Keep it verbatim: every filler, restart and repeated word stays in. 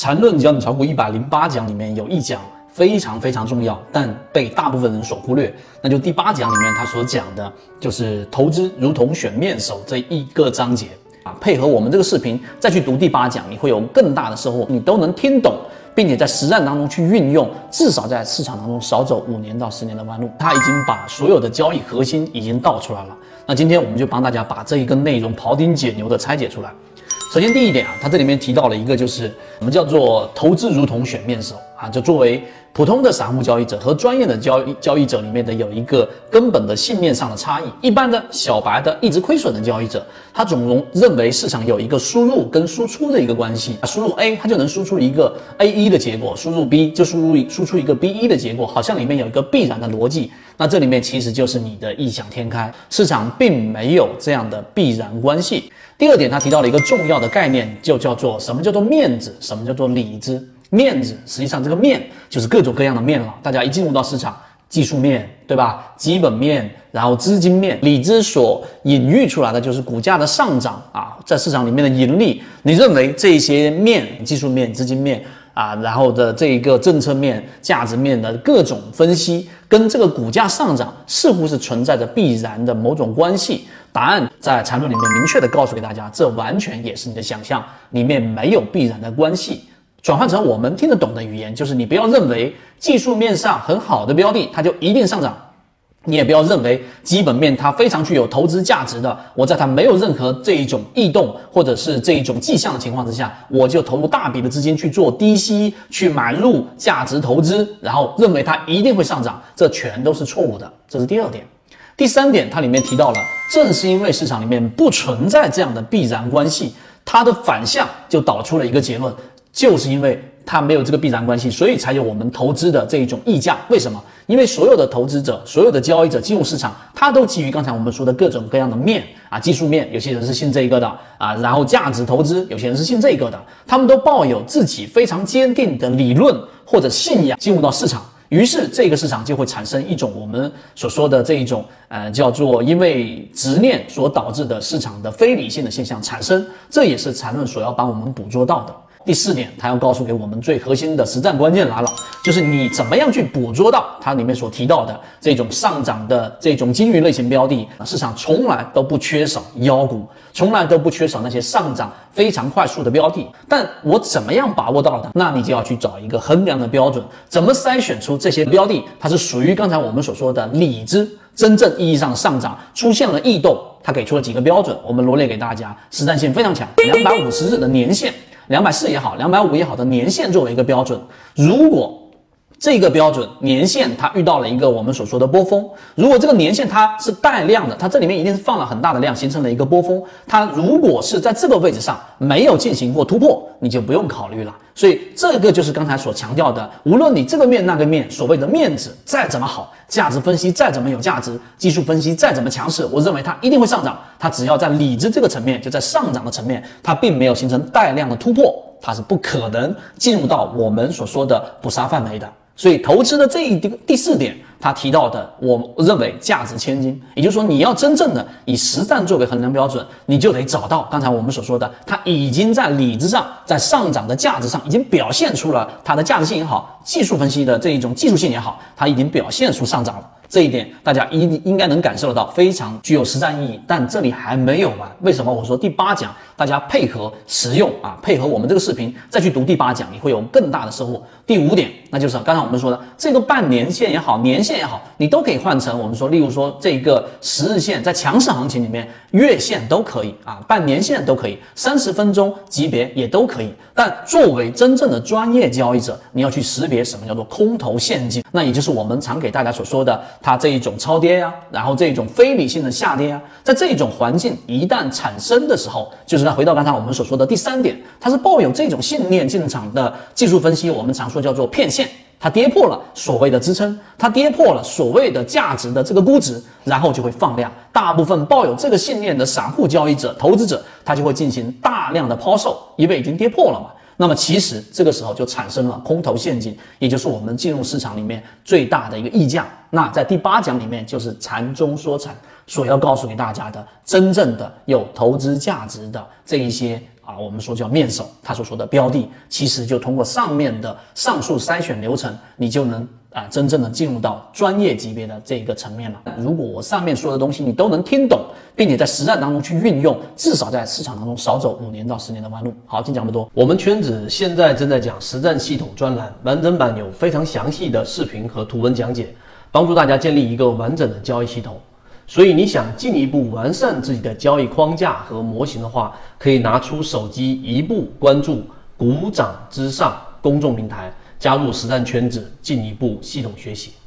缠论教你炒股一百零八讲里面有一讲非常非常重要，但被大部分人所忽略，那就第八讲里面他所讲的就是投资如同选面首这一个章节啊，配合我们这个视频再去读第八讲，你会有更大的收获，你都能听懂，并且在实战当中去运用，至少在市场当中少走五年到十年的弯路。他已经把所有的交易核心已经道出来了。那今天我们就帮大家把这一个内容庖丁解牛的拆解出来。首先第一点啊，他这里面提到了一个，就是我们叫做投资如同选面首啊，就作为普通的散户交易者和专业的交易交易者里面的有一个根本的信念上的差异。一般的小白的一直亏损的交易者，他总认为市场有一个输入跟输出的一个关系，输入 A 它就能输出一个 A 一 的结果，输入 B 就输入输出一个 B 一 的结果，好像里面有一个必然的逻辑。那这里面其实就是你的异想天开，市场并没有这样的必然关系。第二点，他提到了一个重要的概念，就叫做什么叫做面子，什么叫做里子。面子实际上这个面就是各种各样的面了，大家一进入到市场，技术面对吧，基本面，然后资金面，里子所隐喻出来的就是股价的上涨啊，在市场里面的盈利。你认为这些面，技术面、资金面啊，然后的这一个政策面、价值面的各种分析，跟这个股价上涨似乎是存在着必然的某种关系。答案在缠论里面明确的告诉给大家，这完全也是你的想象，里面没有必然的关系。转换成我们听得懂的语言，就是你不要认为技术面上很好的标的它就一定上涨，你也不要认为基本面它非常具有投资价值的，我在它没有任何这一种异动或者是这一种迹象的情况之下，我就投入大笔的资金去做低吸，去买入价值投资，然后认为它一定会上涨，这全都是错误的。这是第二点。第三点，它里面提到了，正是因为市场里面不存在这样的必然关系，它的反向就导出了一个结论，就是因为它没有这个必然关系，所以才有我们投资的这一种溢价。为什么？因为所有的投资者，所有的交易者进入市场，他都基于刚才我们说的各种各样的面啊，技术面，有些人是信这个的啊，然后价值投资，有些人是信这个的，他们都抱有自己非常坚定的理论或者信仰进入到市场。于是这个市场就会产生一种我们所说的这一种呃叫做因为执念所导致的市场的非理性的现象产生，这也是缠论所要帮我们捕捉到的。第四点，他要告诉给我们最核心的实战关键来了，就是你怎么样去捕捉到它里面所提到的这种上涨的这种金鱼类型标的，市场从来都不缺少妖股，从来都不缺少那些上涨非常快速的标的。但我怎么样把握到的？那你就要去找一个衡量的标准，怎么筛选出这些标的它是属于刚才我们所说的里子，真正意义上的上涨出现了异动。他给出了几个标准，我们罗列给大家，实战性非常强，两百五十日的年线，两百四也好，两百五也好的年线作为一个标准。如果这个标准年线它遇到了一个我们所说的波峰，如果这个年线它是带量的，它这里面一定是放了很大的量形成了一个波峰，它如果是在这个位置上没有进行过突破，你就不用考虑了。所以这个就是刚才所强调的，无论你这个面那个面，所谓的面子再怎么好，价值分析再怎么有价值，技术分析再怎么强势，我认为它一定会上涨。它只要在里子这个层面，就在上涨的层面，它并没有形成带量的突破，它是不可能进入到我们所说的捕杀范围的。所以投资的这一第四点，他提到的，我认为价值千金，也就是说你要真正的以实战作为衡量标准，你就得找到刚才我们所说的，它已经在里子上，在上涨的价值上已经表现出了它的价值性也好，技术分析的这一种技术性也好，它已经表现出上涨了。这一点大家应应该能感受得到，非常具有实战意义。但这里还没有完，为什么？我说第八讲大家配合实用啊，配合我们这个视频再去读第八讲，你会有更大的收获。第五点，那就是刚才我们说的这个半年线也好，年线也好，你都可以换成我们说，例如说这个十日线，在强势行情里面，月线都可以啊，半年线都可以，三十分钟级别也都可以。但作为真正的专业交易者，你要去识别什么叫做空头陷阱，那也就是我们常给大家所说的。它这一种超跌呀、啊，然后这一种非理性的下跌啊，在这种环境一旦产生的时候，就是回到刚才我们所说的第三点，它是抱有这种信念进场的技术分析，我们常说叫做骗线，它跌破了所谓的支撑，它跌破了所谓的价值的这个估值，然后就会放量。大部分抱有这个信念的散户交易者、投资者，他就会进行大量的抛售，因为已经跌破了嘛。那么其实这个时候就产生了空头陷阱，也就是我们进入市场里面最大的一个溢价。那在第八讲里面就是禅中说禅所要告诉给大家的真正的有投资价值的这一些啊，我们说叫面首，他所说的标的，其实就通过上面的上述筛选流程，你就能啊真正的进入到专业级别的这个层面了。如果我上面说的东西你都能听懂，并且在实战当中去运用，至少在市场当中少走五年到十年的弯路。好，今天讲这么多。 我们圈子现在正在讲实战系统专栏，完整版有非常详细的视频和图文讲解，帮助大家建立一个完整的交易系统。所以你想进一步完善自己的交易框架和模型的话，可以拿出手机一步关注股掌之上公众平台，加入实战圈子，进一步系统学习。